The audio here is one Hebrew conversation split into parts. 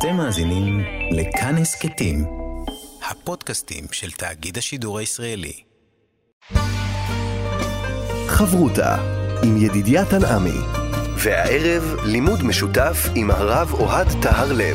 אתם מאזינים לכאן הסכתים, הפודקאסטים של תאגיד השידור הישראלי. חברותה עם ידידיה תנעמי, והערב לימוד משותף עם הרב אוהד טהר לב.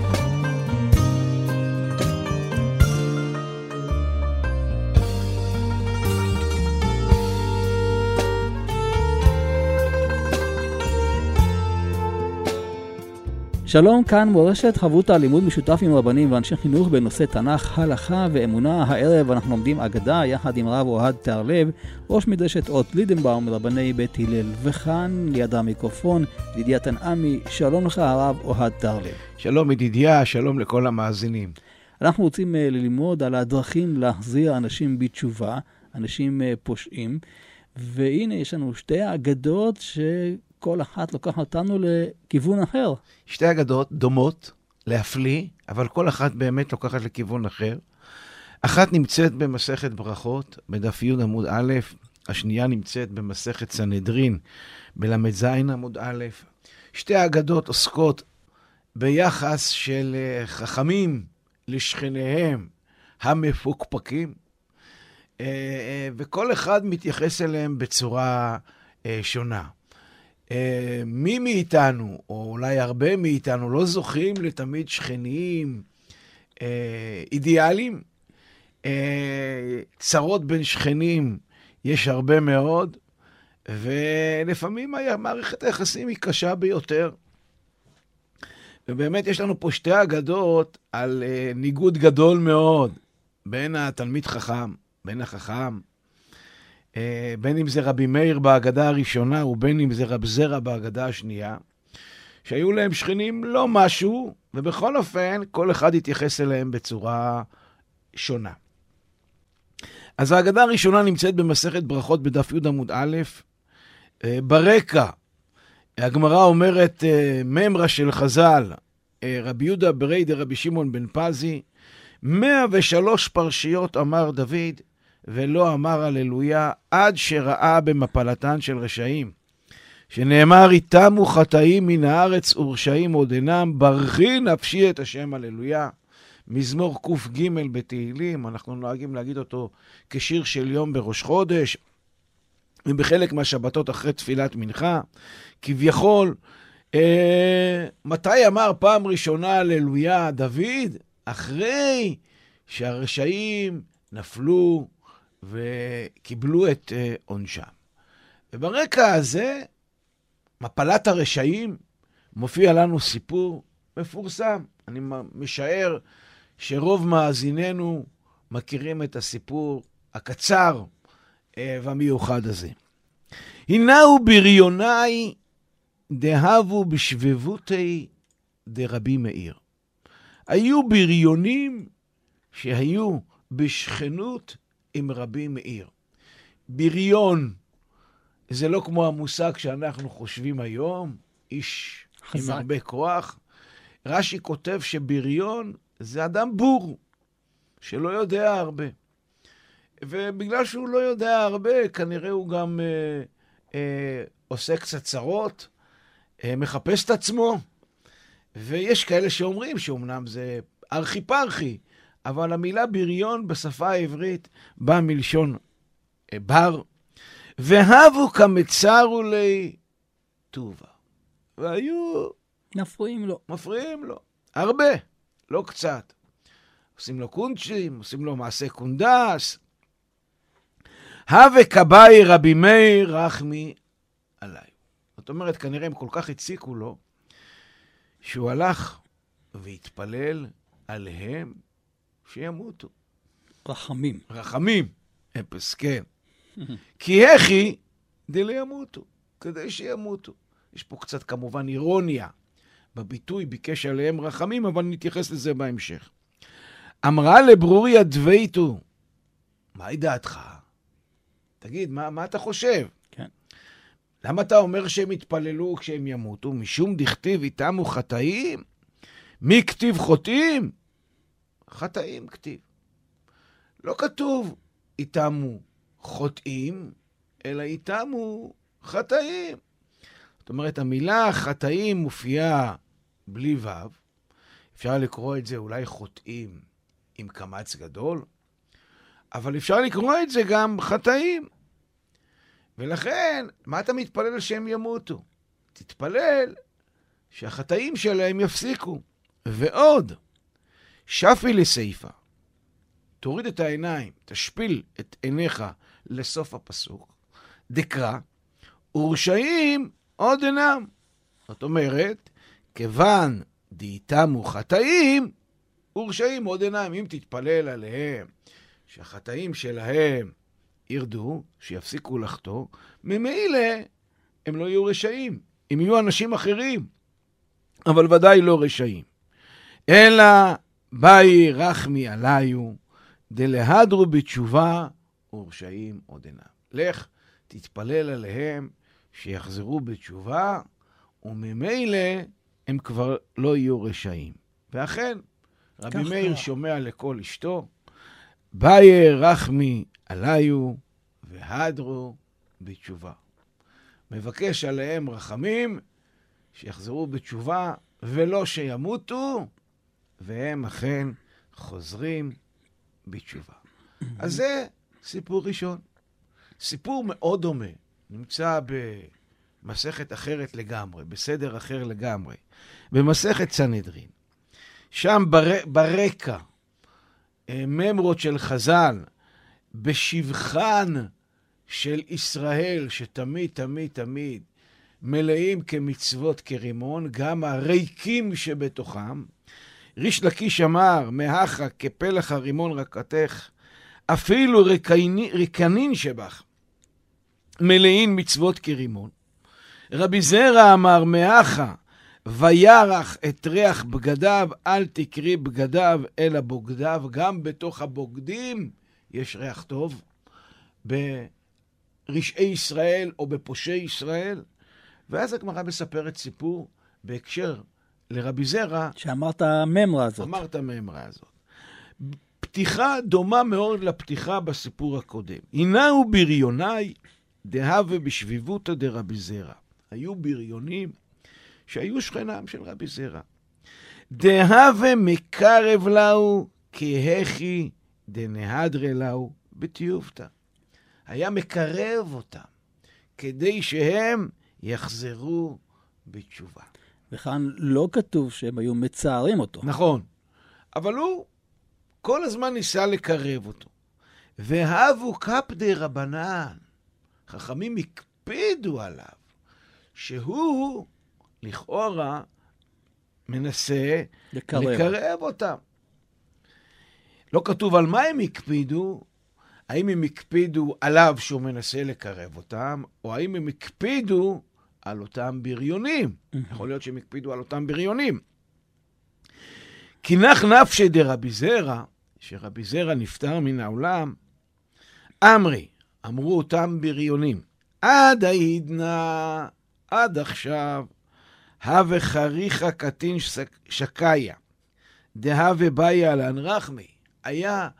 שלום, כאן מורשת חברותה, לימוד משותף עם רבנים ואנשי חינוך בנושא תנ"ך, הלכה ואמונה. הערב אנחנו לומדים אגדה יחד עם הרב אוהד טהר לב, ראש מדרשת אות לידנבאום, רבני בית הלל. וכאן ליד המיקרופון ידידיה תנעמי. שלום לך הרב אוהד טהר לב. שלום ידידיה, שלום לכל המאזינים. אנחנו רוצים ללמוד על הדרכים להחזיר אנשים בתשובה, אנשים פושעים, והנה יש לנו שתי אגדות כל אחת לוקח אותנו לכיוון אחר. שתי אגדות דומות, להפליא, אבל כל אחת באמת לוקחת לכיוון אחר. אחת נמצאת במסכת ברכות, בדף י' עמוד א', השנייה נמצאת במסכת סנהדרין, בלמד ז' עמוד א'. שתי האגדות עוסקות ביחס של חכמים לשכניהם המפוקפקים, וכל אחד מתייחס אליהם בצורה שונה. מי מאיתנו, או אולי הרבה מאיתנו, לא זוכים לתמיד שכנים אידיאליים. צרות בין שכנים יש הרבה מאוד, ולפעמים מערכת היחסים היא קשה ביותר. ובאמת יש לנו פה שתי אגדות על ניגוד גדול מאוד בין התלמיד חכם, בין החכם, בין אם זה רבי מאיר בהגדה הראשונה, ובין אם זה רב זרע בהגדה השנייה, שהיו להם שכנים לא משהו, ובכל אופן כל אחד התייחס אליהם בצורה שונה. אז ההגדה הראשונה נמצאת במסכת ברכות בדף י' עמוד א', ברקע, הגמרא אומרת, ממרה של חז"ל, רבי יהודה ברי דרבי שמעון בן פזי, 103 פרשיות אמר דוד, ולא אמר הללויה, עד שראה במפלתן של רשעים. שנאמר, איתמו חטאים מן הארץ ורשעים עוד אינם, ברכי נפשי את השם הללויה. מזמור ק"ג בתהילים, אנחנו נוהגים להגיד אותו כשיר של יום בראש חודש, ובחלק מהשבתות אחרי תפילת מנחה. כביכול, מתי אמר פעם ראשונה הללויה דוד? אחרי שהרשעים נפלו וקיבלו את עונשם. וברקע הזה, מפלת הרשעים, מופיע לנו סיפור מפורסם. אני משער שרוב מאזיננו מכירים את הסיפור הקצר והמיוחד הזה. הנהו בריוני דהבו בשבבותי דרבי מאיר. היו בריונים שהיו בשכנות עם רבי מאיר. בריון זה לא כמו המושג שאנחנו חושבים היום, איש חזק. עם הרבה כוח. רש"י כותב שבריון זה אדם בור, שלא יודע הרבה. ובגלל שהוא לא יודע הרבה, כנראה הוא גם עושה קצת צרות, מחפש את עצמו. ויש כאלה שאומרים שאומנם זה ארכי פרחי, אבל המילה בריון בשפה העברית באה מלשון בר. והבו כמצרו לי טובה. והיו מפריעים לו. הרבה, לא קצת. עושים לו קונצ'ים, עושים לו מעשה קונדס. הווה כבאי רבי מאיר רחמי עליי. זאת אומרת, כנראה הם כל כך הציקו לו, שהוא הלך והתפלל עליהם שימותו. רחמים. אפס, כן. כי הכי דלי ימותו, כדי שימותו. יש פה קצת כמובן אירוניה בביטוי, ביקש עליהם רחמים, אבל נתייחס לזה בהמשך. אמרה לברוריה דוויתו, מהי דעתך? תגיד, מה אתה חושב? כן. למה אתה אומר שהם יתפללו כשהם ימותו? משום דכתיב איתמו חטאים? מי כתיב חוטאים? חטאים כתיב. לא כתוב איתמו חוטאים, אלא איתמו חטאים. זאת אומרת, המילה חטאים מופיעה בלי וו, אפשר לקרוא את זה אולי חוטאים עם קמץ גדול, אבל אפשר לקרוא את זה גם חטאים. ולכן, מה אתה מתפלל שהם ימותו? תתפלל שהחטאים שלהם יפסיקו. ועוד, שפי לסייפה, תוריד את העיניים, תשפיל את עיניך לסוף הפסוק, דקרא, ורשעים עוד אינם. זאת אומרת, כיוון דהיתמו חטאים, ורשעים עוד אינם. אם תתפלל עליהם שהחטאים שלהם ירדו, שיפסיקו לחטוא, ממילא הם לא יהיו רשעים. הם יהיו אנשים אחרים, אבל ודאי לא רשעים. אלא באי רחמי עליו, דלהדרו בתשובה, ורשעים עוד אינם. לך, תתפלל עליהם שיחזרו בתשובה, וממילא הם כבר לא יהיו רשעים. ואכן, רבי מאיר שומע לכל אשתו, באי רחמי עליו, והדרו בתשובה. מבקש עליהם רחמים, שיחזרו בתשובה, ולא שימותו, והם אכן חוזרים בתשובה. אז זה סיפור ראשון. סיפור מאוד דומה, נמצא במסכת אחרת לגמרי, בסדר אחר לגמרי, במסכת סנהדרין. שם ברקע, ממרות של חז"ל, בשבחן של ישראל, שתמיד תמיד תמיד מלאים כמצוות כרימון, גם הריקים שבתוכם. ריש לקיש אמר, מהכה כפלח הרימון רקתך, אפילו ריקנין שבך, מלאים מצוות כרימון. רבי זרע אמר, מהכה וירח את ריח בגדיו, אל תקרי בגדיו אלא בוגדיו. גם בתוך הבוגדים יש ריח טוב, ברשעי ישראל או בפושעי ישראל. ואז הגמרא מספרת סיפור בהקשר לרבי זרע. שאמרת הממרה הזאת. אמרת הממרה הזאת. פתיחה דומה מאוד לפתיחה בסיפור הקודם. הנהו בריוני דהווה בשביבותא דרבי זרע. היו בריונים שהיו שכנם של רבי זרע. דהווה מקרב לאו כהכי דנהדרה לאו בתיובתא. היה מקרב אותם כדי שהם יחזרו בתשובה. וכאן לא כתוב שהם היו מצערים אותו. נכון. אבל הוא כל הזמן ניסה לקרב אותו. והבו קפדי רבנן. חכמים הקפידו עליו, שהוא לכאורה מנסה לקרב אותם. לא כתוב על מה הם הקפידו, האם הם הקפידו עליו שהוא מנסה לקרב אותם, או האם הם הקפידו על אותם בריונים. יכול להיות שהם הקפידו על אותם בריונים. כי נח נפשי דרבי זרע, שרבי זרע נפטר מן העולם, אמרו אותם בריונים, עד העידנה, עד עכשיו, הווה חריכה קטין שקיה, דהווה באיה לן רחמי. היה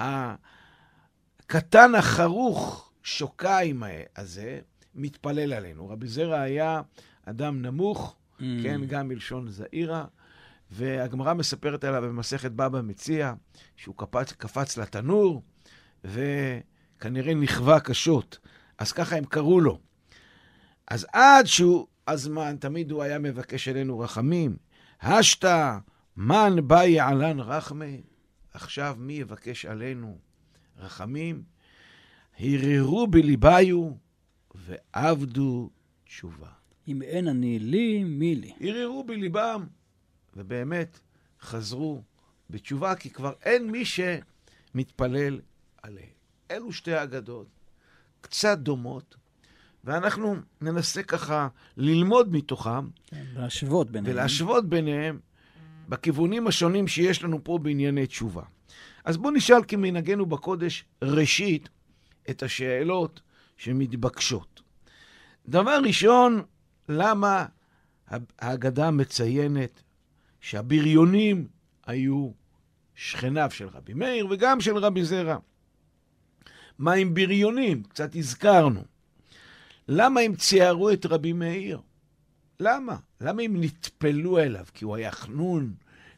הקטן החרוך שוקיים הזה, מתפלל עלינו. רבי זרע היה אדם נמוך, כן, גם מלשון זעירה, והגמרא מספרת עליו במסכת בבא מציע, שהוא קפץ לתנור, וכנראה נכווה קשות. אז ככה הם קראו לו. אז עד שהוא הזמן, תמיד הוא היה מבקש אלינו רחמים. השתה, מן באי עלן רחמי. עכשיו מי יבקש עלינו רחמים? הרהרו בליביו ועבדו תשובה. אם אין אני לי, מי לי? הרהרו בליבם, ובאמת חזרו בתשובה, כי כבר אין מי שמתפלל עליהם. אלו שתי אגדות, קצת דומות, ואנחנו ננסה ככה ללמוד מתוכם. להשוות ביניהם. ולהשוות ביניהם בכיוונים השונים שיש לנו פה בענייני תשובה. אז בואו נשאל כמנהגנו בקודש ראשית את השאלות שמתבקשות. דבר ראשון, למה ההגדה מציינת שהבריונים היו שכניו של רבי מאיר וגם של רבי זרע? מה עם בריונים? קצת הזכרנו. למה הם ציירו את רבי מאיר? למה? למה הם נטפלו אליו? כי הוא היה חנון,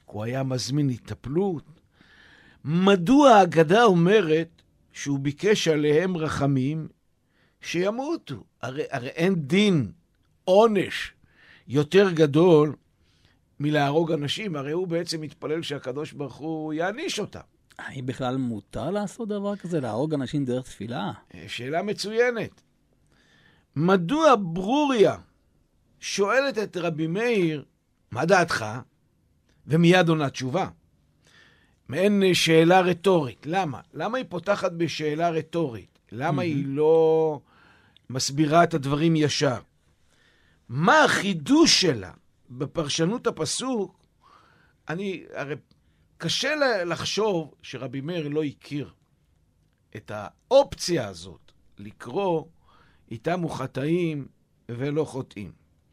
הוא היה מזמין התאפלות. מדוע האגדה אומרת שהוא ביקש עליהם רחמים שימותו? הרי אין דין, עונש יותר גדול מלהרוג אנשים. הרי הוא בעצם מתפלל שהקדוש ברוך הוא יעניש אותם. האם בכלל מותר לעשות דבר כזה, להרוג אנשים דרך תפילה? שאלה מצוינת. מדוע ברוריה שואלת את רבי מאיר, מה דעתך? ומיד עונה תשובה. מעין שאלה רטורית. למה? למה היא פותחת בשאלה רטורית? למה היא לא מסבירה את הדברים ישר? מה החידוש שלה בפרשנות הפסוק? הרי קשה לחשוב שרבי מאיר לא הכיר את האופציה הזאת, לקרוא איתם חטאים ולא חוטאים.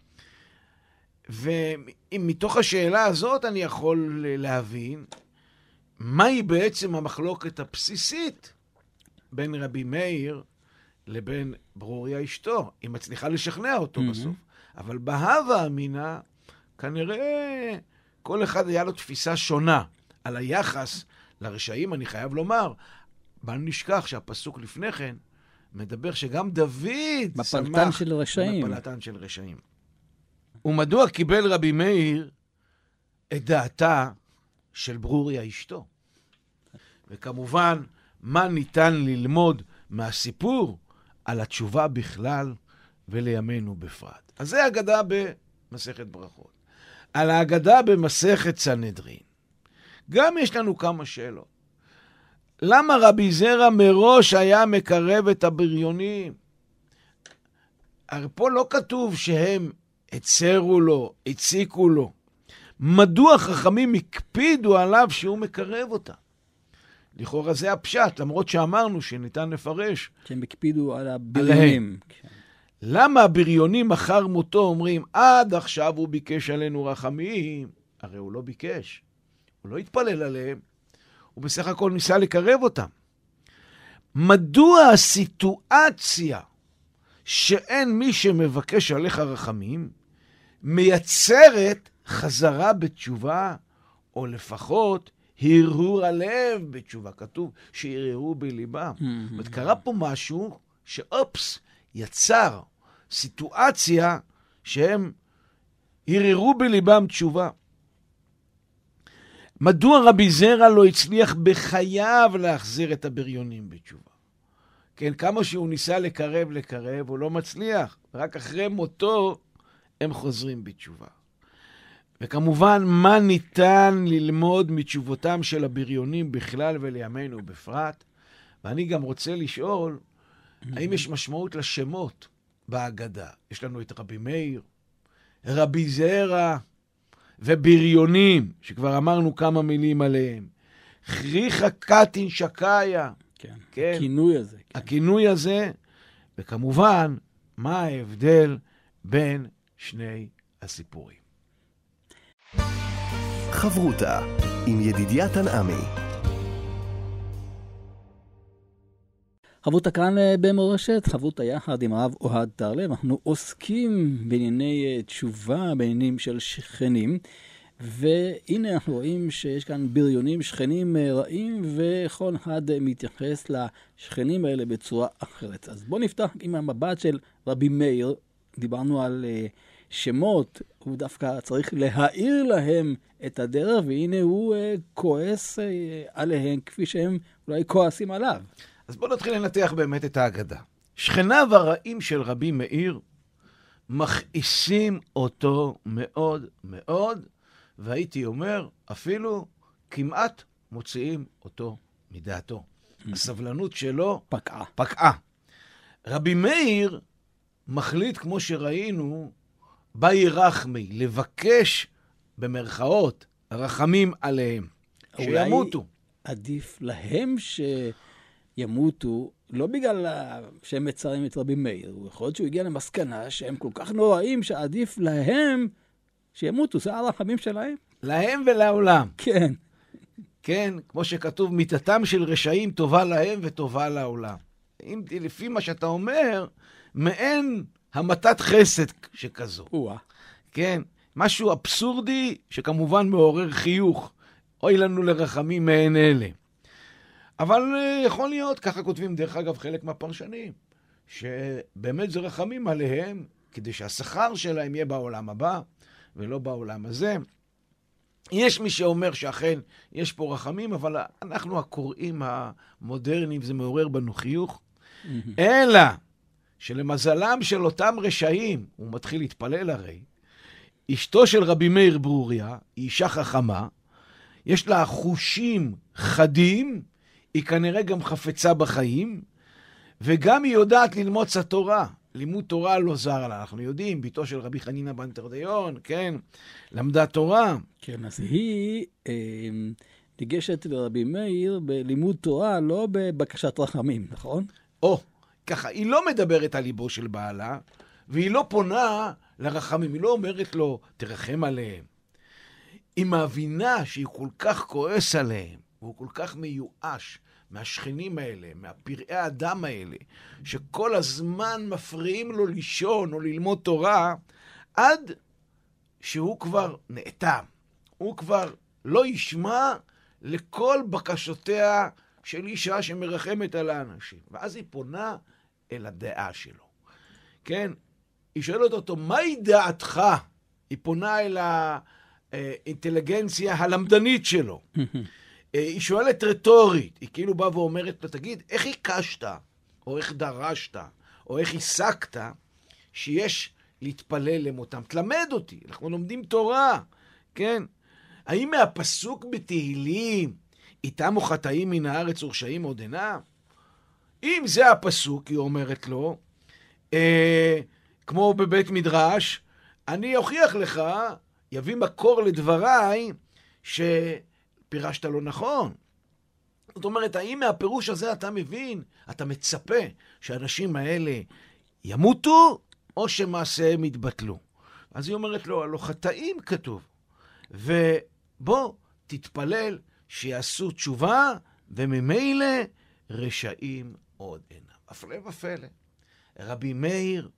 ומתוך השאלה הזאת אני יכול להבין מהי בעצם המחלוקת הבסיסית בין רבי מאיר לבין ברוריה אשתו. היא מצליחה לשכנע אותו בסוף. אבל בהווה אמינה, כנראה כל אחד היה לו תפיסה שונה על היחס לרשעים. אני חייב לומר, בל נשכח שהפסוק לפני כן מדבר שגם דוד בפלטן של רשעים. בפלטן של רשעים. ומדוע קיבל רבי מאיר את דעתה של ברוריה אשתו? וכמובן, מה ניתן ללמוד מהסיפור על התשובה בכלל ולימינו בפרט. אז זה אגדה במסכת ברכות. על האגדה במסכת סנהדרין, גם יש לנו כמה שאלות. למה רבי זרע מראש היה מקרב את הבריונים? הרי פה לא כתוב שהם הצרו לו, הציקו לו. מדוע חכמים הקפידו עליו שהוא מקרב אותה? לכאורה זה הפשט, למרות שאמרנו שניתן לפרש. שהם הקפידו על הבריונים. למה הבריונים אחר מותו אומרים, עד עכשיו הוא ביקש עלינו רחמים? הרי הוא לא ביקש. הוא לא התפלל עליהם. הוא בסך הכל ניסה לקרב אותם. מדוע הסיטואציה שאין מי שמבקש עליך רחמים, מייצרת חזרה בתשובה, או לפחות הרהור הלב בתשובה? כתוב שהרהרו בליבם. זאת קרה פה משהו שאופס, יצר סיטואציה שהם הרהרו בליבם תשובה. מדוע רבי זרע לא הצליח בחייו להחזיר את הבריונים בתשובה? כן, כמה שהוא ניסה לקרב, הוא לא מצליח. רק אחרי מותו הם חוזרים בתשובה. וכמובן, מה ניתן ללמוד מתשובותם של הבריונים בכלל ולימינו בפרט? ואני גם רוצה לשאול, האם יש משמעות לשמות בהגדה? יש לנו את רבי מאיר, רבי זרע ובריונים, שכבר אמרנו כמה מילים עליהם. חריכה קטין שקיה. כן, הכינוי הזה. כן. הכינוי הזה, וכמובן, מה ההבדל בין שני הסיפורים? חברותה עם ידידיה תנעמי. חברותה כאן במורשת, חברותה יחד עם הרב אוהד תהרלב. אנחנו עוסקים בענייני תשובה, בעניינים של שכנים, והנה אנחנו רואים שיש כאן בריונים, שכנים רעים, וכל אחד מתייחס לשכנים האלה בצורה אחרת. אז בואו נפתח עם המבט של רבי מאיר. דיברנו על שמות, הוא דווקא צריך להאיר להם את הדרך, והנה הוא כועס עליהם כפי שהם אולי כועסים עליו. אז בואו נתחיל לנתח באמת את ההגדה. שכניו הרעים של רבי מאיר מכעיסים אותו מאוד מאוד, והייתי אומר, אפילו כמעט מוציאים אותו מדעתו. הסבלנות שלו פקעה. רבי מאיר מחליט, כמו שראינו, באי רחמי, לבקש במרכאות רחמים עליהם, שימותו. עדיף להם שימותו, לא בגלל שהם מצרים את רבי מאיר. הוא יכול להיות שהוא הגיע למסקנה שהם כל כך נוראים שעדיף להם שימותו. זה הרחמים שלהם? להם ולעולם. כן. כן, כמו שכתוב, מיתתם של רשעים טובה להם וטובה לעולם. אם לפי מה שאתה אומר, מעין המתת חסד שכזו. כן, משהו אבסורדי שכמובן מעורר חיוך. אוי לנו לרחמים מעין אלה. אבל יכול להיות, ככה כותבים דרך אגב חלק מהפרשנים, שבאמת זה רחמים עליהם, כדי שהשכר שלהם יהיה בעולם הבא, ולא בעולם הזה. יש מי שאומר שאכן יש פה רחמים, אבל אנחנו הקוראים המודרניים, זה מעורר בנו חיוך. אלא שלמזלם של אותם רשעים, הוא מתחיל להתפלל הרי, אשתו של רבי מאיר ברוריה, היא אישה חכמה, יש לה חושים חדים, היא כנראה גם חפצה בחיים, וגם היא יודעת ללמוד התורה. לימוד תורה לא זר לה, אנחנו יודעים, ביתו של רבי חנינא בן תרדיון, כן, למדה תורה. כן, אז היא ניגשת לרבי מאיר בלימוד תורה, לא בבקשת רחמים, נכון? ככה, היא לא מדברת על ליבו של בעלה, והיא לא פונה לרחמים, היא לא אומרת לו, תרחם עליהם. היא מבינה שהיא כל כך כועס עליהם, והוא כל כך מיואש מהשכנים האלה, מהפראי האדם האלה, שכל הזמן מפריעים לו לישון או ללמוד תורה, עד שהוא כבר נאטם. הוא כבר לא ישמע לכל בקשותיה של אישה שמרחמת על האנשים. ואז היא פונה אל הדעה שלו. כן? היא שואלת אותו, מהי דעתך? היא פונה אל האינטליגנציה הלמדנית שלו. היא שואלת רטורית, היא כאילו באה ואומרת לו, תגיד, איך הקשת, או איך דרשת, או איך השגת, שיש להתפלל למותם? תלמד אותי, אנחנו לומדים תורה, כן? האם מהפסוק בתהילים, איתם וחטאים מן הארץ ורשעים עוד אינם? אם זה הפסוק, היא אומרת לו, כמו בבית מדרש, אני אוכיח לך, יביא מקור לדבריי, פירשת לא נכון. זאת אומרת, האם מהפירוש הזה אתה מבין, אתה מצפה שהאנשים האלה ימותו, או שמעשיהם יתבטלו? אז היא אומרת לו, הלא חטאים כתוב. ובוא תתפלל שיעשו תשובה, וממילא רשעים עוד אינם. הפלא ופלא. רבי מאיר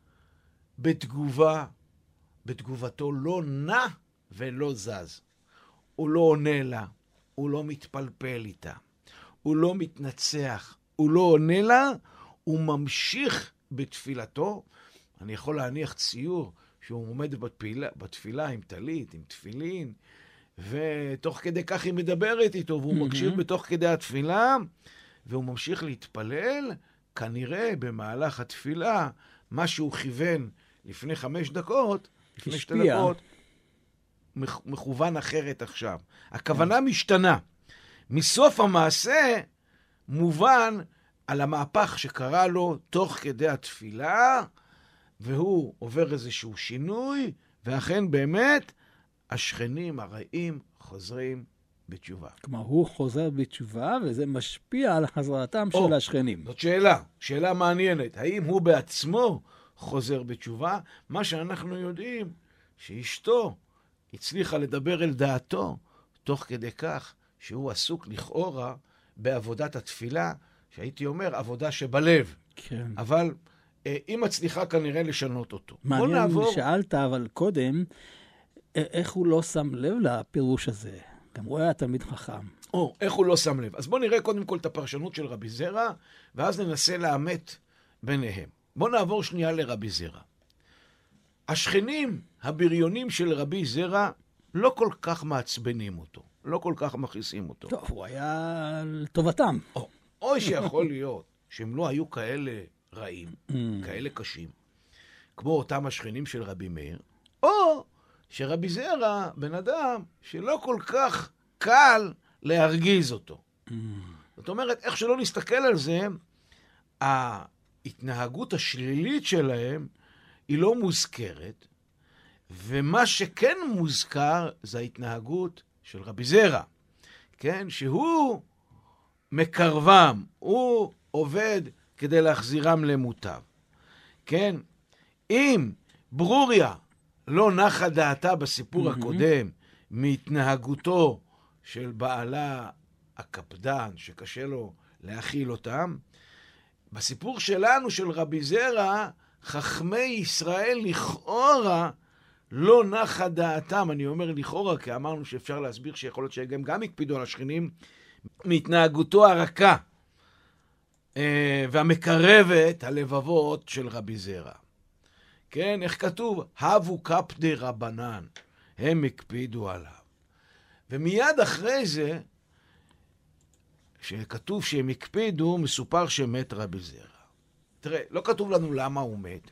בתגובתו לא נע ולא זז. הוא לא עונה לה, הוא לא מתפלפל איתה, הוא לא מתנצח, הוא לא עונה לה, הוא ממשיך בתפילתו. אני יכול להניח ציור שהוא עומד בתפילה עם טלית, עם תפילין, ותוך כדי כך היא מדברת איתו, והוא מקשיב בתוך כדי התפילה, והוא ממשיך להתפלל, כנראה במהלך התפילה, מה שהוא כיוון לפני 5 דקות, לפני 2 דקות, מכוון אחרת עכשיו. הכוונה משתנה. מסוף המעשה מובן על המהפך שקרה לו תוך כדי התפילה, והוא עובר איזשהו שינוי, ואכן באמת השכנים הרעים חוזרים בתשובה. כלומר, הוא חוזר בתשובה, וזה משפיע על חזרתם של השכנים. זאת שאלה מעניינת. האם הוא בעצמו חוזר בתשובה? מה שאנחנו יודעים, שאשתו הצליחה לדבר אל דעתו, תוך כדי כך שהוא עסוק לכאורה בעבודת התפילה, שהייתי אומר עבודה שבלב. כן. אבל היא מצליחה כנראה לשנות אותו. מעניין, שאלת, אבל קודם, איך הוא לא שם לב לפירוש הזה? גם הוא היה תלמיד חכם. איך הוא לא שם לב? אז בוא נראה קודם כל את הפרשנות של רבי זרע, ואז ננסה לאמת ביניהם. בוא נעבור שנייה לרבי זרע. השכנים הבריונים של רבי זרע לא כל כך מעצבנים אותו, לא כל כך מכעיסים אותו. טוב, הוא היה לטובתם. או שיכול להיות שהם לא היו כאלה רעים, כאלה קשים, כמו אותם השכנים של רבי מאיר, או שרבי זרע בן אדם שלא כל כך קל להרגיז אותו. זאת אומרת, איך שלא נסתכל על זה, ההתנהגות השלילית שלהם היא לא מוזכרת, ומה שכן מוזכר זה ההתנהגות של רבי זרע, כן? שהוא מקרבם, הוא עובד כדי להחזירם למוטב, כן? אם ברוריה לא נחה דעתה בסיפור הקודם מהתנהגותו של בעלה הקפדן שקשה לו להכיל אותם, בסיפור שלנו של רבי זרע, חכמי ישראל לכאורה לא נחה דעתם, אני אומר לכאורה, כי אמרנו שאפשר להסביר שיכול להיות שהם גם הקפידו על השכנים, מהתנהגותו הרכה והמקרבת הלבבות של רבי זרע. כן, איך כתוב? הבו קפדי רבנן, הם הקפידו עליו. ומיד אחרי זה, שכתוב שהם הקפידו, מסופר שמת רבי זרע. תראה, לא כתוב לנו למה הוא מת.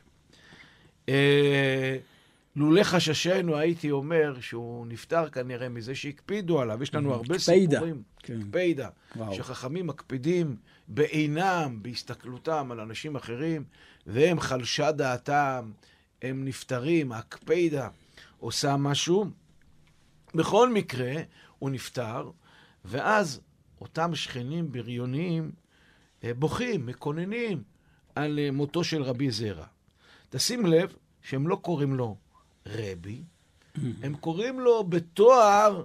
לולא חששנו הייתי אומר שהוא נפטר כנראה מזה שהקפידו עליו. יש לנו הרבה סיפורים. הקפידה. שחכמים מקפידים בעינם, בהסתכלותם על אנשים אחרים, והם חלשה דעתם, הם נפטרים, הקפידה עושה משהו. בכל מקרה, הוא נפטר, ואז אותם שכנים בריוניים בוכים, מקוננים על מותו של רבי זרע. תשים לב שהם לא קוראים לו רבי, הם קוראים לו בתואר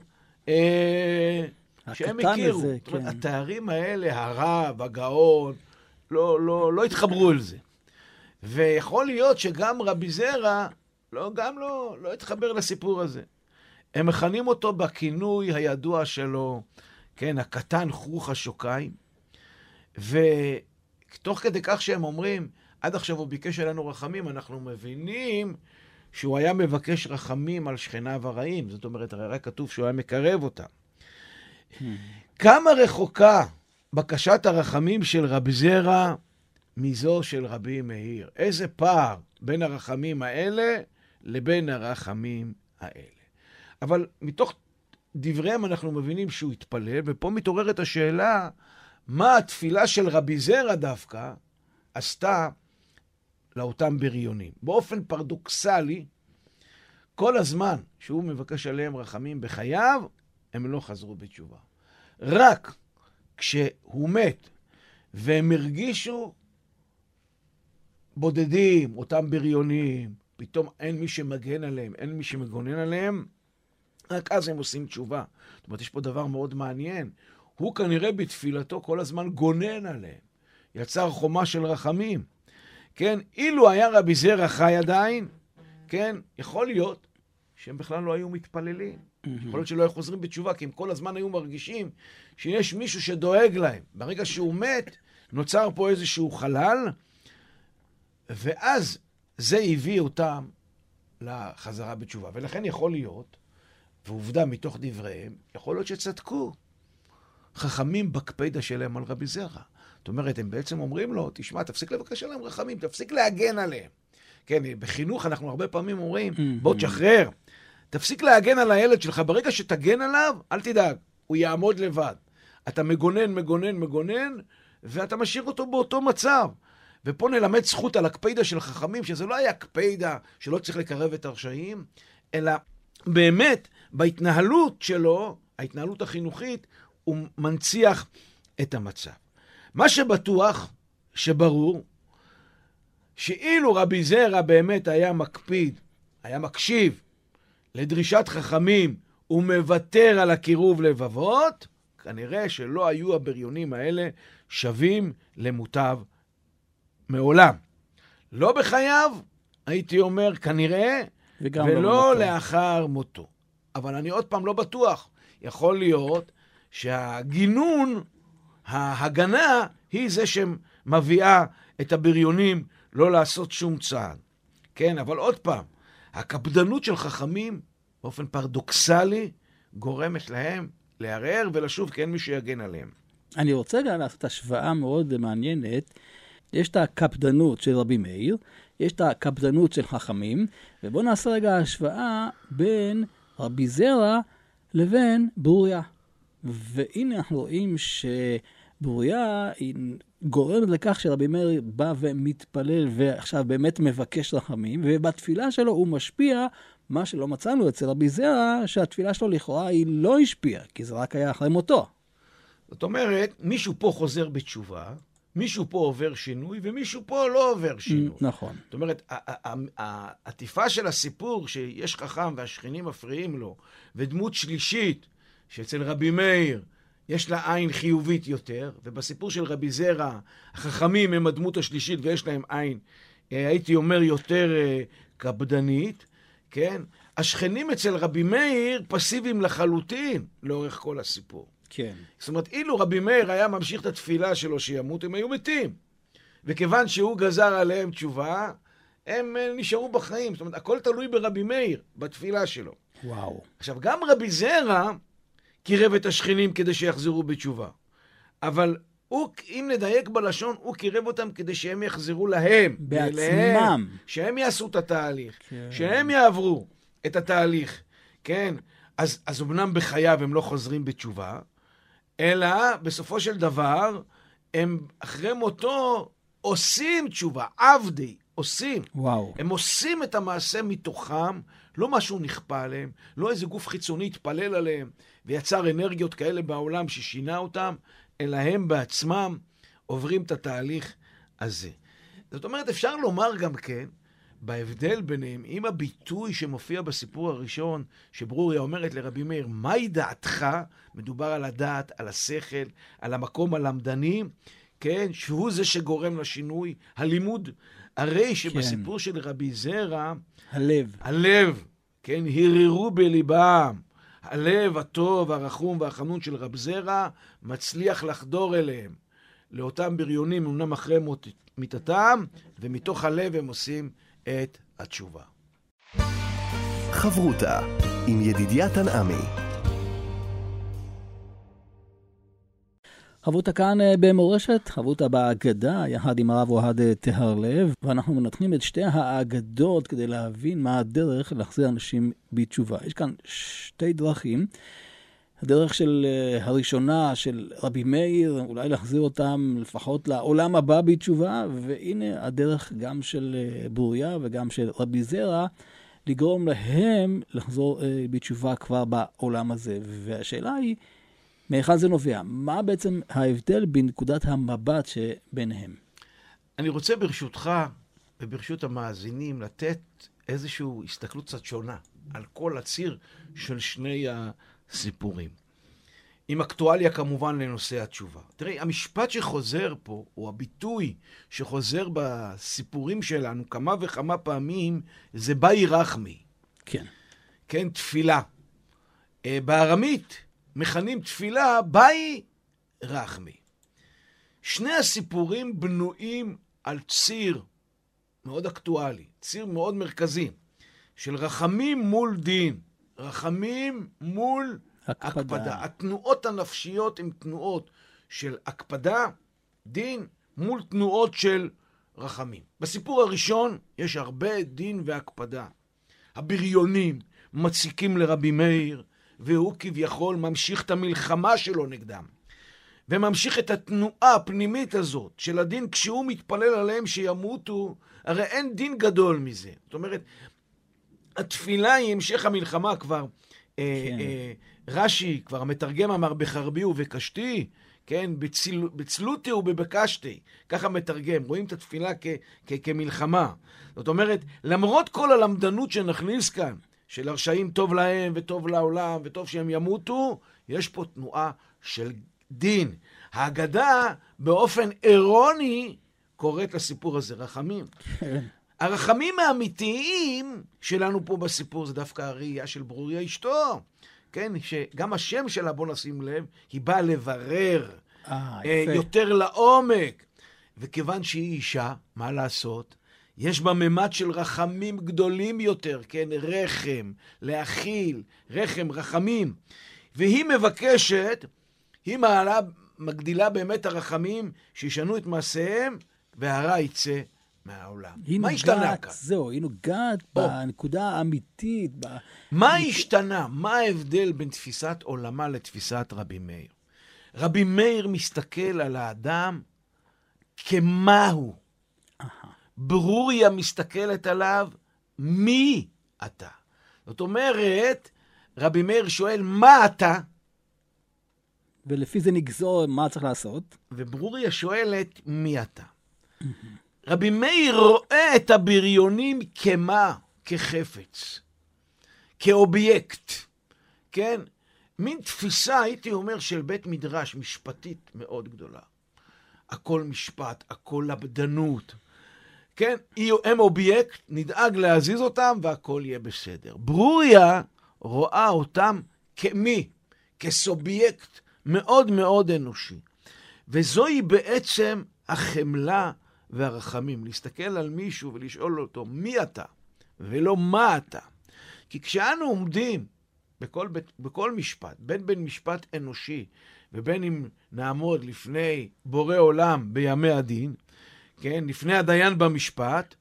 שהם הכירו. זאת אומרת, התארים האלה, הרב, הגאון, לא התחברו אל זה. ויכול להיות שגם רבי זרע לא התחבר לסיפור הזה. הם מכנים אותו בכינוי הידוע שלו, כן, הקטן חרוך השוקיים, ותוך כדי כך שהם אומרים, עד עכשיו הוא ביקש עלינו רחמים, אנחנו מבינים שהוא היה מבקש רחמים על שכניו הרעים. זאת אומרת, הרי כתוב שהוא היה מקרב אותם. כמה רחוקה בקשת הרחמים של רבי זרע מזו של רבי מאיר? איזה פער בין הרחמים האלה לבין הרחמים האלה. אבל מתוך דבריהם אנחנו מבינים שהוא התפלל, ופה מתעוררת השאלה, מה התפילה של רבי זרע דווקא עשתה לאותם בריונים. באופן פרדוקסלי, כל הזמן שהוא מבקש עליהם רחמים בחייו, הם לא חזרו בתשובה. רק כשהוא מת, והם הרגישו בודדים, אותם בריונים, פתאום אין מי שמגן עליהם, אין מי שמגונן עליהם, רק אז הם עושים תשובה. זאת אומרת, יש פה דבר מאוד מעניין. הוא כנראה בתפילתו כל הזמן גונן עליהם. יצר חומה של רחמים. כן, אילו היה רבי זרע חי עדיין, כן, יכול להיות שהם בכלל לא היו מתפללים. יכול להיות שלא היו חוזרים בתשובה, כי הם כל הזמן היו מרגישים שיש מישהו שדואג להם. ברגע שהוא מת, נוצר פה איזשהו חלל, ואז זה הביא אותם לחזרה בתשובה. ולכן יכול להיות, ועובדה מתוך דבריהם, יכול להיות שצדקו חכמים בקפידה שלהם על רבי זרע. זאת אומרת, הם בעצם אומרים לו, תשמע, תפסיק לבקש עליהם רחמים, תפסיק להגן עליהם. כן, בחינוך אנחנו הרבה פעמים אומרים, בוא תשחרר, תפסיק להגן על הילד שלך, ברגע שתגן עליו, אל תדאג, הוא יעמוד לבד. אתה מגונן, ואתה משאיר אותו באותו מצב. ופה נלמד זכות על הקפידה של חכמים, שזה לא היה קפידה שלא צריך לקרב את הרשעים, אלא באמת, בהתנהלות שלו, ההתנהלות החינוכית, הוא מנציח את המצב. מה שבטוח, שברור, שאילו רבי זרע באמת היה מקפיד, היה מקשיב לדרישת חכמים ומוותר על הקירוב לבבות, כנראה שלא היו הבריונים האלה שווים למוטב מעולם. לא בחייו, הייתי אומר כנראה, ולא לאחר מותו. אבל אני עוד פעם לא בטוח. יכול להיות שהגינון, ההגנה, היא זה שמביאה את הבריונים לא לעשות שום צעד. כן, אבל עוד פעם, הקפדנות של חכמים, באופן פרדוקסלי, גורמת להם לערער ולשוב, כי אין מי שיגן עליהם. אני רוצה גם לעשות השוואה מאוד מעניינת. יש את הקפדנות של רבי מאיר, יש את הקפדנות של חכמים, ובואו נעשה רגע השוואה בין רבי זרע לבין ברוריה. והנה אנחנו רואים שברוריה גורמת לכך שרבי מאיר בא ומתפלל ועכשיו באמת מבקש רחמים, ובתפילה שלו הוא משפיע מה שלא מצאנו אצל רבי זרע, שהתפילה שלו לכאורה היא לא השפיעה, כי זה רק היה אחרי מותו. זאת אומרת, מישהו פה חוזר בתשובה, מישהו פה עובר שינוי, ומישהו פה לא עובר שינוי. נכון. זאת אומרת, העטיפה של הסיפור שיש חכם והשכנים מפריעים לו, ודמות שלישית, שאצל רבי מאיר יש לה עין חיובית יותר, ובסיפור של רבי זרע, החכמים הם הדמות השלישית ויש להם עין, הייתי אומר, יותר קפדנית, כן? השכנים אצל רבי מאיר פסיביים לחלוטין לאורך כל הסיפור. כן. זאת אומרת, אילו רבי מאיר היה ממשיך את התפילה שלו שימות, הם היו מתים. וכיוון שהוא גזר עליהם תשובה, הם נשארו בחיים. זאת אומרת, הכל תלוי ברבי מאיר, בתפילה שלו. וואו. עכשיו, גם רבי זרע קירב את השכנים כדי שיחזרו בתשובה. אבל הוא, אם נדייק בלשון, הוא קירב אותם כדי שהם יחזרו להם. בעצמם. אליהם, שהם יעשו את התהליך. כן. שהם יעברו את התהליך. כן? אז אמנם בחייו הם לא חוזרים בתשובה, אלא בסופו של דבר, הם אחרי מותו עושים תשובה, עבדי, עושים. וואו. הם עושים את המעשה מתוכם, לא משהו נכפה עליהם, לא איזה גוף חיצוני התפלל עליהם, ויצר אנרגיות כאלה בעולם ששינה אותם, אלא הם בעצמם עוברים את התהליך הזה. זאת אומרת, אפשר לומר גם כן, בהבדל ביניהם, עם הביטוי שמופיע בסיפור הראשון, שברוריה אומרת לרבי מאיר, מהי דעתך? מדובר על הדעת, על השכל, על המקום הלמדני, כן? שהוא זה שגורם לשינוי, הלימוד. הרי שבסיפור של רבי זרע, הלב, כן? הרהרו בליבם. הלב הטוב, הרחום והחנון של רב זרע מצליח לחדור אליהם. לאותם בריונים, אמנם אחרי מיתתם, ומתוך הלב הם עושים את התשובה. חברותה עם ידידיה תנעמי. חברותה כאן במורשת, חברותה באגדה, יחד עם הרב אוהד טהרלב, ואנחנו מנתחים את שתי האגדות כדי להבין מה הדרך להחזיר אנשים בתשובה. יש כאן שתי דרכים. הדרך של הראשונה של רבי מאיר, אולי להחזיר אותם לפחות לעולם הבא בתשובה, והנה הדרך גם של ברוריה וגם של רבי זרע, לגרום להם לחזור בתשובה כבר בעולם הזה. והשאלה היא, מאיך זה נובע? מה בעצם ההבדל בנקודת המבט שביניהם? אני רוצה ברשותך וברשות המאזינים לתת איזושהי הסתכלות קצת שונה על כל הציר של שני הסיפורים. עם אקטואליה כמובן לנושא התשובה. תראי, המשפט שחוזר פה, או הביטוי שחוזר בסיפורים שלנו כמה וכמה פעמים, זה באי רחמי. כן. כן, תפילה. בארמית מכנים תפילה באי רחמי. שני הסיפורים בנויים על ציר מאוד אקטואלי, ציר מאוד מרכזי, של רחמים מול דין, רחמים מול הקפדה. התנועות הנפשיות הן תנועות של הקפדה, דין, מול תנועות של רחמים. בסיפור הראשון יש הרבה דין והקפדה. הבריונים מציקים לרבי מאיר, והוא כביכול ממשיך את המלחמה שלו נגדם. וממשיך את התנועה הפנימית הזאת של הדין כשהוא מתפלל עליהם שימותו, הרי אין דין גדול מזה. זאת אומרת, התפילה היא המשך המלחמה כבר. רש"י, כבר המתרגם אמר בחרבי ובקשתי, כן, בצלותי ובבקשתי, ככה מתרגם, רואים את התפילה כמלחמה. זאת אומרת, למרות כל הלמדנות שנכניס כאן, של הרשעים טוב להם וטוב לעולם וטוב שהם ימותו, יש פה תנועה של דין. ההגדה באופן אירוני קוראת לסיפור הזה רחמים. הרחמים האמיתיים שלנו פה בסיפור זה דווקא הראייה של ברוריה אשתו. כן, שגם השם שלה, בוא נשים לב, היא באה לברר יותר לעומק. וכיוון שהיא אישה, מה לעשות? יש בה ממד של רחמים גדולים יותר, כן, רחם, להכיל, רחם, רחמים. והיא מבקשת, היא מגדילה באמת הרחמים, שישנו את מעשיהם, והרע יצא מהעולם. מה השתנה כאן? זהו, היא נוגעת בנקודה האמיתית. מה השתנה? מה ההבדל בין תפיסת עולמה לתפיסת רבי מאיר? רבי מאיר מסתכל על האדם כמהו. ברוריה מסתכלת עליו, מי אתה? זאת אומרת, רבי מאיר שואל, מה אתה? ולפי זה נגזור מה צריך לעשות. וברוריה שואלת, מי אתה? רבי מאיר רואה את הבריונים כמה? כחפץ, כאובייקט, כן? מין תפיסה, הייתי אומר, של בית מדרש, משפטית מאוד גדולה. הכל משפט, הכל לבדנות, כן, הם אובייקט, נדאג להזיז אותם והכל יהיה בסדר. ברוריה רואה אותם כמי? כסובייקט מאוד מאוד אנושי. וזוהי בעצם החמלה והרחמים. להסתכל על מישהו ולשאול אותו מי אתה ולא מה אתה. כי כשאנו עומדים בכל משפט, בין משפט אנושי ובין אם נעמוד לפני בורא עולם בימי הדין, כן, לפני הדיין במשפט,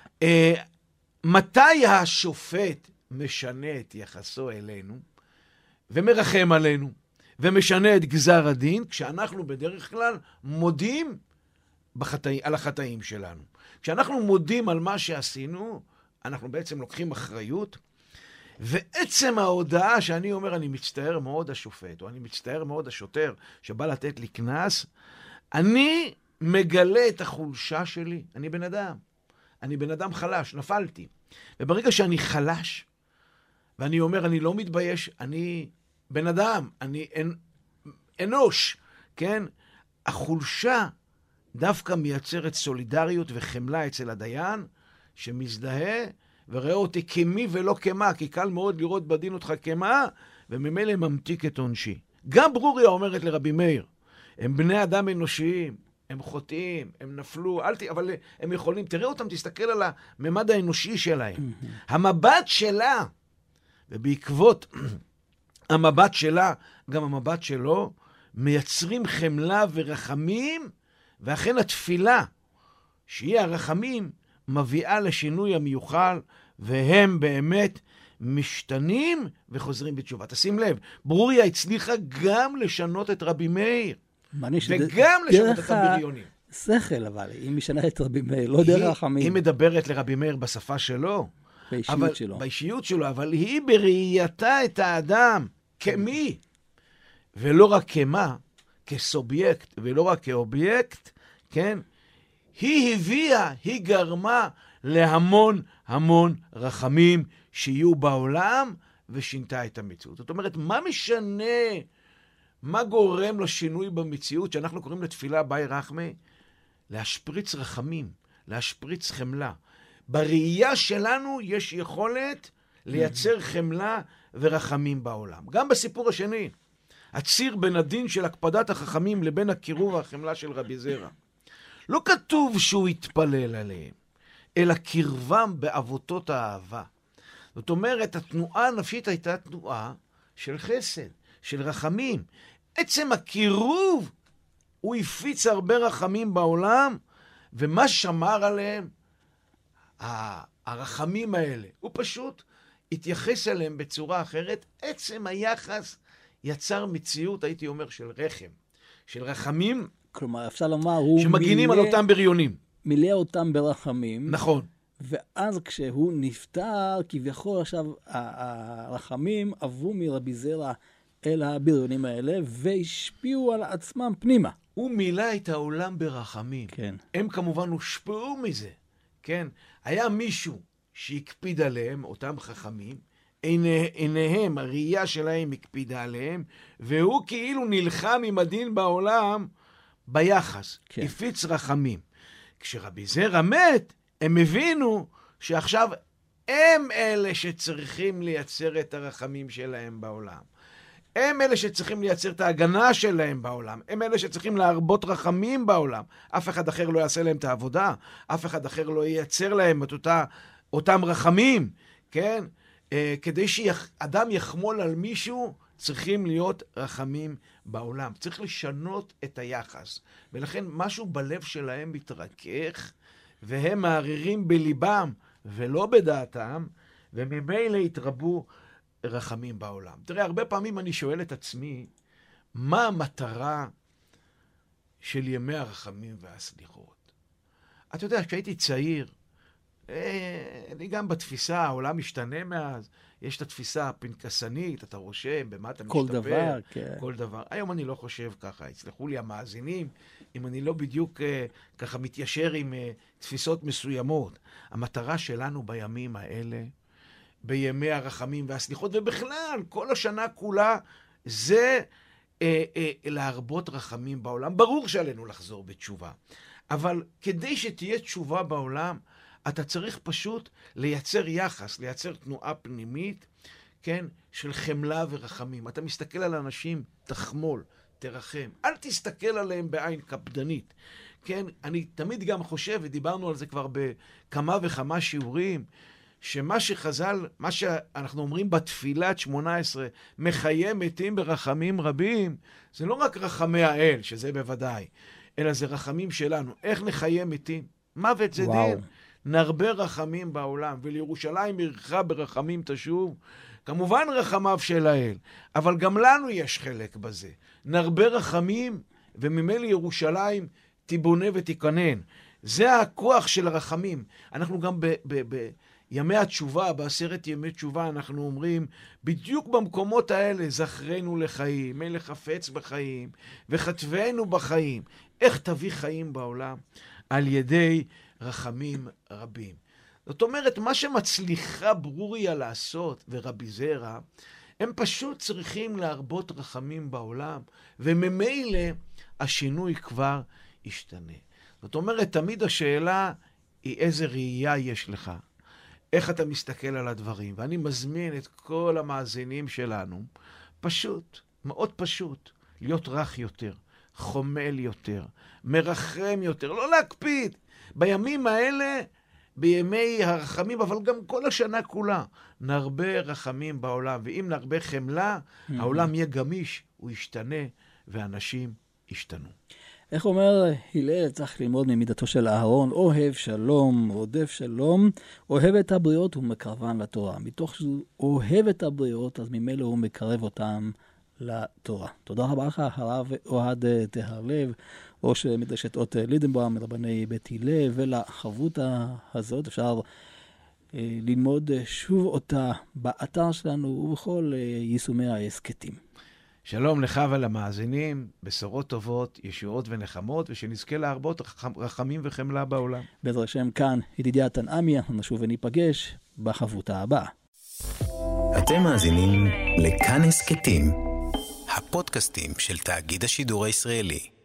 מתי השופט משנה את יחסו אלינו ומרחם עלינו ומשנה את גזר הדין? כשאנחנו בדרך כלל מודים על החטאים שלנו. כשאנחנו מודים על מה שעשינו, אנחנו בעצם לוקחים אחריות, ועצם ההודעה שאני אומר, אני מצטער מאוד השופט, או אני מצטער מאוד השוטר שבא לתת לי קנס, אני מגלה את החולשה שלי. אני בן אדם חלש, נפלתי. וברגע שאני חלש, ואני אומר, אני לא מתבייש, אני בן אדם, אני אנוש, כן? החולשה דווקא מייצרת סולידריות וחמלה אצל הדיין, שמזדהה וראה אותי כמי ולא כמה, כי קל מאוד לראות בדין אותך כמה, וממילא ממתיק את עונשי. גם ברוריה אומרת לרבי מאיר, הם בני אדם אנושיים, הם חוטאים, הם נפלו, אבל הם יכולים, תראה אותם, תסתכל על הממד האנושי שלהם. המבט שלה, ובעקבות המבט שלה, גם המבט שלו, מייצרים חמלה ורחמים, ואכן התפילה, שהיא הרחמים, מביאה לשינוי המיוחל, והם באמת משתנים וחוזרים בתשובה. תשים לב, ברוריה הצליחה גם לשנות את רבי מאיר, וגם לשנות את הבריונים. שכל, אבל היא משנה את רבי מאיר, לא דרך רחמים. היא מדברת לרבי מאיר בשפה שלו, באישיות שלו, אבל היא בראייתה את האדם כמי, ולא רק כמה, כסובייקט, ולא רק כאובייקט, כן? היא גרמה להמון המון רחמים שיהיו בעולם, ושינתה את המציאות. זאת אומרת, מה משנה, מה גורם לשינוי במציאות, שאנחנו קוראים לתפילה באי רחמי? להשפריץ רחמים, להשפריץ חמלה. בראייה שלנו יש יכולת לייצר חמלה ורחמים בעולם. גם בסיפור השני, הציר בין הדין של הקפדת החכמים לבין הקירוב והחמלה של רבי זרע. לא כתוב שהוא התפלל עליהם, אלא קרבם בעבותות האהבה. זאת אומרת, התנועה הנפשית הייתה תנועה של חסד, של רחמים. עצם הקירוב, הוא הפיץ הרבה רחמים בעולם, ומה שמר עליהם? הרחמים האלה. הוא פשוט התייחס אליהם בצורה אחרת. עצם היחס יצר מציאות, הייתי אומר, של רחם, של רחמים. כלומר, אפשר לומר, הוא שמגינים על אותם בריונים. מילא אותם ברחמים. נכון. ואז כשהוא נפטר, כביכול עכשיו הרחמים עברו מרבי זרע אל הבריונים האלה, והשפיעו על עצמם פנימה. הוא מילא את העולם ברחמים. כן. הם כמובן הושפעו מזה. כן. היה מישהו שהקפיד עליהם, אותם חכמים, עיניהם, הראייה שלהם הקפידה עליהם, והוא כאילו נלחם עם הדין בעולם ביחס. כן. הפיץ רחמים. כשרבי זרע מת, הם הבינו שעכשיו הם אלה שצריכים לייצר את הרחמים שלהם בעולם. הם אלה שצריכים לייצר את ההגנה שלהם בעולם. הם אלה שצריכים להרבות רחמים בעולם. אף אחד אחר לא יעשה להם את העבודה. אף אחד אחר לא ייצר להם את אותם רחמים. כן? כדי שאדם יחמול על מישהו, צריכים להיות רחמים בעולם. צריך לשנות את היחס. ולכן משהו בלב שלהם מתרכך, והם מערירים בליבם ולא בדעתם, וממילא התרבו רחמים בעולם. תראה, הרבה פעמים אני שואל את עצמי, מה המטרה של ימי הרחמים והסליחות? אתה יודע, כשהייתי צעיר, אני גם בתפיסה, העולם משתנה מאז, יש את התפיסה הפנקסנית, אתה רושם, במה אתה משתפר. כל דבר, כן. כל דבר. היום אני לא חושב ככה, יצלחו לי המאזינים, אם אני לא בדיוק ככה מתיישר עם תפיסות מסוימות. המטרה שלנו בימים האלה, בימי הרחמים והסליחות, ובכלל, כל השנה כולה, זה להרבות רחמים בעולם. ברור שעלינו לחזור בתשובה. אבל כדי שתהיה תשובה בעולם, אתה צריך פשוט לייצר יחס, לייצר תנועה פנימית, כן, של חמלה ורחמים. אתה מסתכל על אנשים, תחמול, תרחם. אל תסתכל עליהם בעין קפדנית. כן, אני תמיד גם חושב, ודיברנו על זה כבר בכמה וכמה שיעורים, שמה שחז"ל, מה שאנחנו אומרים בתפילת 18, מחיה מתים ברחמים רבים, זה לא רק רחמי האל, שזה בוודאי, אלא זה רחמים שלנו. איך נחיה מתים? מוות זה דין. נרבה רחמים בעולם, ולירושלים עירך ברחמים תשוב. כמובן רחמיו של האל, אבל גם לנו יש חלק בזה. נרבה רחמים, וממילא ירושלים תיבונה ותיכונן. זה הכוח של הרחמים. אנחנו גם בימי התשובה, בעשרת ימי תשובה, אנחנו אומרים, בדיוק במקומות האלה, זכרנו לחיים, מלך חפץ בחיים, וכתבנו בחיים. איך תביא חיים בעולם? על ידי רחמים רבים. זאת אומרת, מה שמצליחה ברוריה לעשות, ורבי זרע, הם פשוט צריכים להרבות רחמים בעולם, וממילא השינוי כבר ישתנה. זאת אומרת, תמיד השאלה היא איזה ראייה יש לך, איך אתה מסתכל על הדברים. ואני מזמין את כל המאזינים שלנו, פשוט, מאוד פשוט, להיות רך יותר, חומל יותר, מרחם יותר, לא להקפיד. בימים האלה, בימי הרחמים, אבל גם כל השנה כולה, נרבה רחמים בעולם. ואם נרבה חמלה, העולם יהיה גמיש, הוא ישתנה, ואנשים ישתנו. איך אומר הלל, צריך ללמוד ממידתו של אהרון, אוהב שלום, רודף שלום, אוהב את הבריות ומקרבן לתורה. מתוך שהוא אוהב את הבריות, אז ממילא הוא מקרב אותם לתורה. תודה רבה לך, הרב אוהד טהרלב, ראש מדרשת אות לידנבאום, מרבני בית הלל, ולחברותה הזאת אפשר ללמוד שוב אותה באתר שלנו ובכל יישומי ההסכתים. שלום לך ולמאזינים, בשורות טובות, ישועות ונחמות, ושנזכה להרבות רחמים וחמלה בעולם. בעזרת השם כאן, ידידיה תנעמי, אנחנו נשוב וניפגש בחברותה הבאה. אתם מאזינים לכאן הסכתים, הפודקאסטים של תאגיד השידור הישראלי.